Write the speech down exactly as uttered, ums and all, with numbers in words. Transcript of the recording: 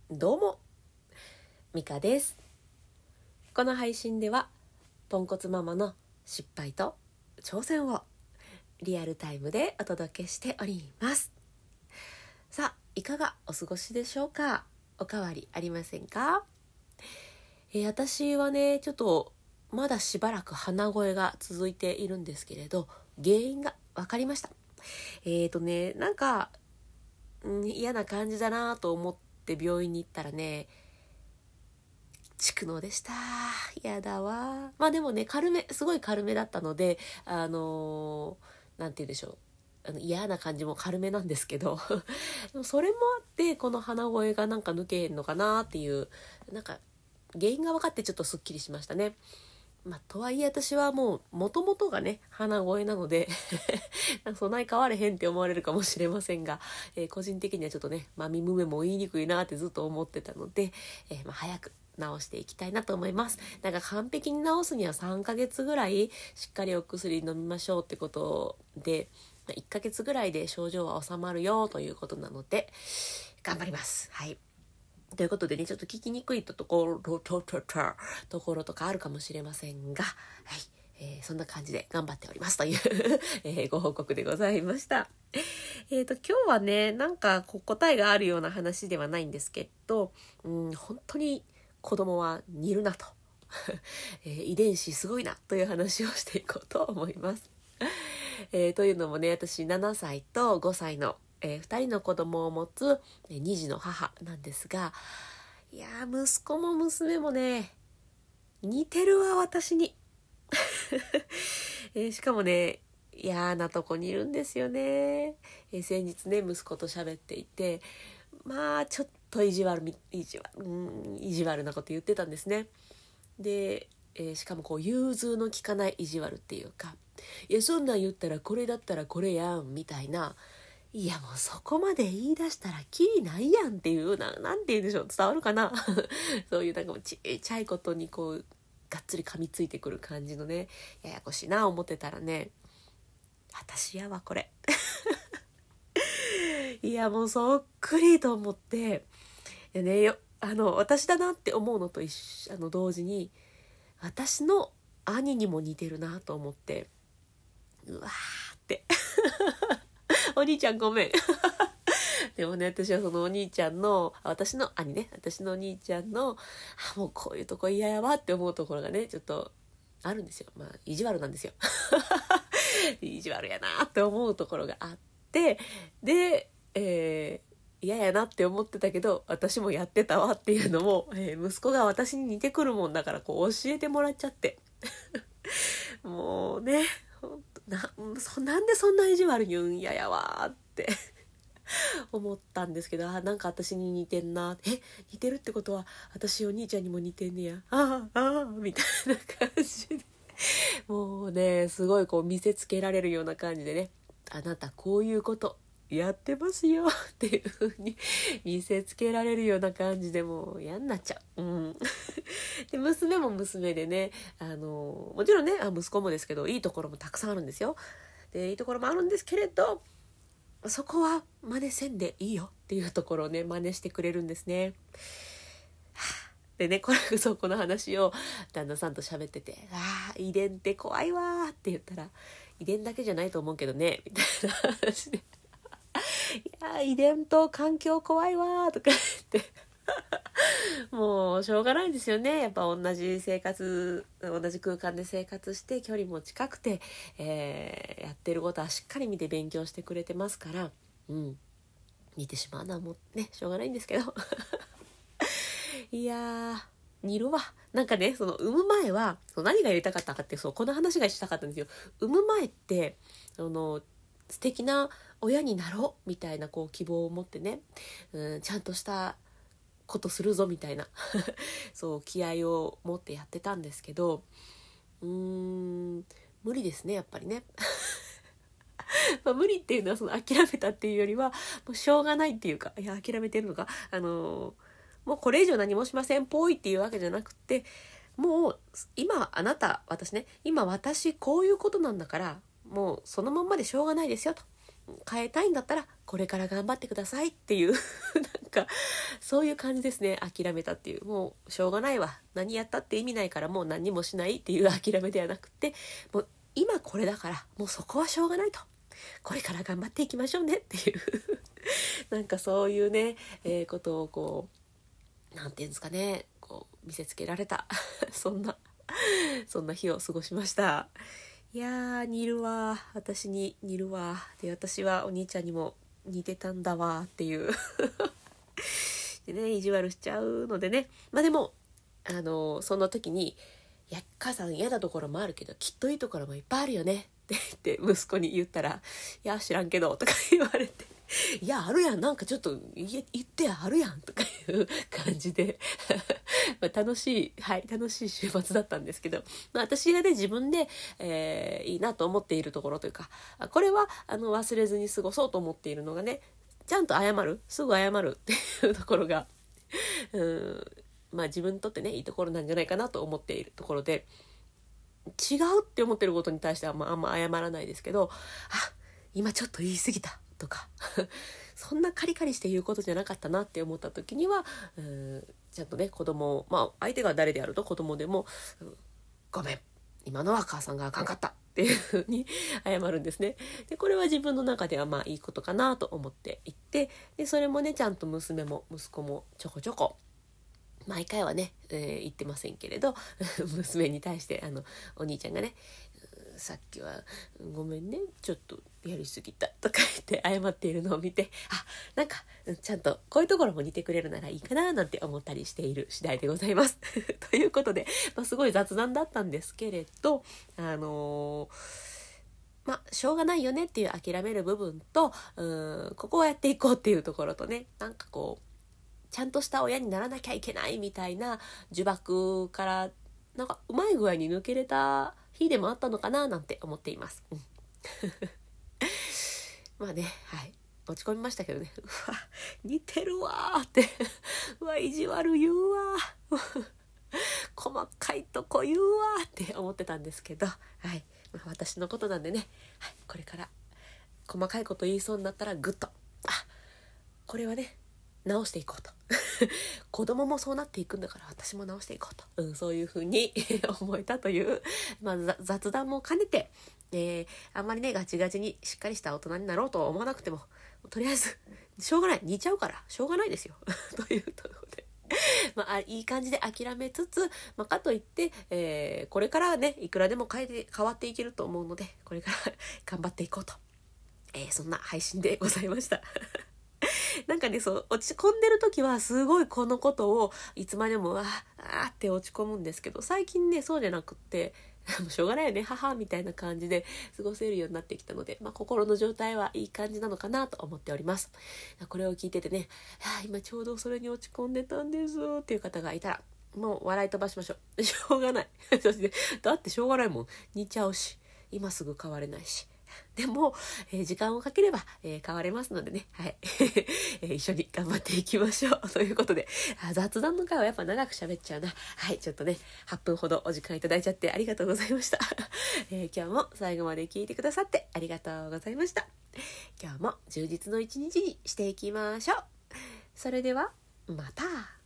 どうもミカです。この配信ではポンコツママの失敗と挑戦をリアルタイムでお届けしております。さあ、いかがお過ごしでしょうか。おかわりありませんか。えー、私はねちょっとまだしばらく鼻声が続いているんですけれど、原因が分かりました。えーとねなんか、うん、嫌な感じだなと思って病院に行ったらね、蓄膿でした。やだわ。まあでもね軽め、すごい軽めだったので、あのー、なんて言うんでしょう、あの嫌な感じも軽めなんですけどでもそれもあってこの鼻声がなんか抜けへんのかなっていう、なんか原因が分かってちょっとすっきりしましたね。まあ、とはいえ私はもう元々がね鼻声なのでそない変われへんって思われるかもしれませんが、えー、個人的にはちょっとねまみむめも言いにくいなってずっと思ってたので、えーまあ、早く治していきたいなと思います。なんか完璧に治すにはさんかげつぐらいしっかりお薬飲みましょうってことで、いっかげつぐらいで症状は収まるよということなので頑張ります。はい、ということでね、ちょっと聞きにくいところとととところとかあるかもしれませんが、はい、えー、そんな感じで頑張っておりますという、えー、ご報告でございました。えーと今日はねなんかこう答えがあるような話ではないんですけど、うん、本当に子供は似るなと、えー、遺伝子すごいなという話をしていこうと思います。えー、というのもね、私ななさいとごさいのえー、ふたりの子供を持つに児の母なんですが、いやー息子も娘もね似てるわ私に、えー、しかもね嫌なとこにいるんですよね。えー、先日ね息子と喋っていて、まあちょっと意地悪み意地悪うん意地悪なこと言ってたんですね。で、えー、しかもこう融通の利かない意地悪っていうか、いやそんなん言ったらこれだったらこれやんみたいな、いやもうそこまで言い出したらキリないやんっていう、ななんて言うんでしょう、伝わるかなそういうなんかもうちっちゃいことにこうがっつり噛みついてくる感じのね、ややこしいな思ってたらね、私やわこれいやもうそっくりと思って、でねよあの私だなって思うのと一緒あの同時に私の兄にも似てるなと思って、うわーってお兄ちゃんごめんでもね私はそのお兄ちゃんの私の兄ね私のお兄ちゃんのあもうこういうとこ嫌やわって思うところがねちょっとあるんですよ。まあ意地悪なんですよ意地悪やなって思うところがあって、で、えー、嫌やなって思ってたけど私もやってたわっていうのも、えー、息子が私に似てくるもんだからこう教えてもらっちゃってもうねほんと な, そなんでそんな意地悪言うんややわって思ったんですけど、あなんか私に似てんな、え似てるってことは私お兄ちゃんにも似てんねや、ああああみたいな感じでもうねすごいこう見せつけられるような感じでね、あなたこういうことやってますよっていう風に見せつけられるような感じでもう嫌になっちゃう、うん、で娘も娘でね、あのもちろんねあ息子もですけどいいところもたくさんあるんですよ。でいいところもあるんですけれど、そこは真似せんでいいよっていうところをね真似してくれるんですね。でねこれそうこの話を旦那さんと喋ってて、あー遺伝って怖いわって言ったら、遺伝だけじゃないと思うけどねみたいな話でいや遺伝と環境怖いわとか言ってもうしょうがないですよね。やっぱ同じ生活同じ空間で生活して距離も近くて、えー、やってることはしっかり見て勉強してくれてますから、うん似てしまうのはもうねしょうがないんですけどいやー似るわ。なんかねその産む前はそう何がやりたかったかってそうこの話がしたかったんですよ。産む前ってその素敵な親になろうみたいなこう希望を持ってね、うん、ちゃんとしたことするぞみたいなそう気合を持ってやってたんですけど、うーん無理ですねやっぱりねまあ無理っていうのはその諦めたっていうよりはもうしょうがないっていうか、いや諦めてるのか、あのー、もうこれ以上何もしませんぽいっていうわけじゃなくて、もう今あなた私ね今私こういうことなんだからもうそのまんまでしょうがないですよと、 変えたいんだったらこれから頑張ってくださいっていうなんかそういう感じですね。諦めたっていう、もうしょうがないわ、何やったって意味ないからもう何もしないっていう諦めではなくて、もう今これだからもうそこはしょうがないと、これから頑張っていきましょうねっていうなんかそういうね、えー、ことをこうなんていうんですかね、こう見せつけられたそんなそんな日を過ごしました。いやー似るわ、私に似るわ、で私はお兄ちゃんにも似てたんだわっていうでね、意地悪しちゃうのでね、まあでもあのその時に、いや母さん嫌なところもあるけどきっといいところもいっぱいあるよねって言って息子に言ったら、いや知らんけどとか言われて、いやあるやん、なんかちょっと言ってや、あるやんとかいう感じでまあ楽しい、はい、楽しい週末だったんですけど、まあ、私がね自分で、えー、いいなと思っているところというか、これはあの忘れずに過ごそうと思っているのがね、ちゃんと謝る、すぐ謝るっていうところがうんまあ自分にとってねいいところなんじゃないかなと思っているところで、違うって思ってることに対しては、まあ、あんま謝らないですけど、あ今ちょっと言い過ぎたとかそんなカリカリして言うことじゃなかったなって思った時には、うんちゃんとね子供、まあ相手が誰であると子供でも、うん、ごめん今のは母さんがあかんかったっていう風に謝るんですね。でこれは自分の中ではまあいいことかなと思っていって、でそれもねちゃんと娘も息子もちょこちょこ毎回はね、えー、言ってませんけれど娘に対してあのお兄ちゃんがね、さっきはごめんねちょっとやりすぎたとか言って謝っているのを見て、あなんかちゃんとこういうところも似てくれるならいいかななんて思ったりしている次第でございますということで、まあ、すごい雑談だったんですけれど、あのーまあ、しょうがないよねっていう諦める部分と、うーんここをやっていこうっていうところとね、なんかこうちゃんとした親にならなきゃいけないみたいな呪縛からなんかうまい具合に抜けれた日でもあったのかななんて思っています、うん、まあね、はい落ち込みましたけどね、うわ似てるわーってうわ意地悪言うわ細かいとこ言うわって思ってたんですけど、はい、まあ、私のことなんでね、はい、これから細かいこと言いそうになったらグッと、あこれはね直していこうと子供もそうなっていくんだから私も直していこうと、うん、そういう風に思えたという、まあ、雑談も兼ねて、えー、あんまりねガチガチにしっかりした大人になろうとは思わなくても、とりあえずしょうがない、似ちゃうからしょうがないですよというところでまあ、いい感じで諦めつつ、まあ、かといって、えー、これからはねいくらでも変えて変わっていけると思うので、これから頑張っていこうと、えー、そんな配信でございましたなんかねそう落ち込んでる時はすごいこのことをいつまでもああって落ち込むんですけど、最近ねそうじゃなくってしょうがないよね母みたいな感じで過ごせるようになってきたので、まあ、心の状態はいい感じなのかなと思っております。これを聞いててね、あ今ちょうどそれに落ち込んでたんですっていう方がいたらもう笑い飛ばしましょう。しょうがないだってしょうがないもん、似ちゃうし今すぐ変われないし、でも、えー、時間をかければ、えー、変われますのでね、はいえー、一緒に頑張っていきましょうということで、あ雑談の回はやっぱ長く喋っちゃうな。はい、ちょっとねはっぷんほどお時間いただいちゃってありがとうございました、えー、今日も最後まで聞いてくださってありがとうございました。今日も充実の一日にしていきましょう。それではまた。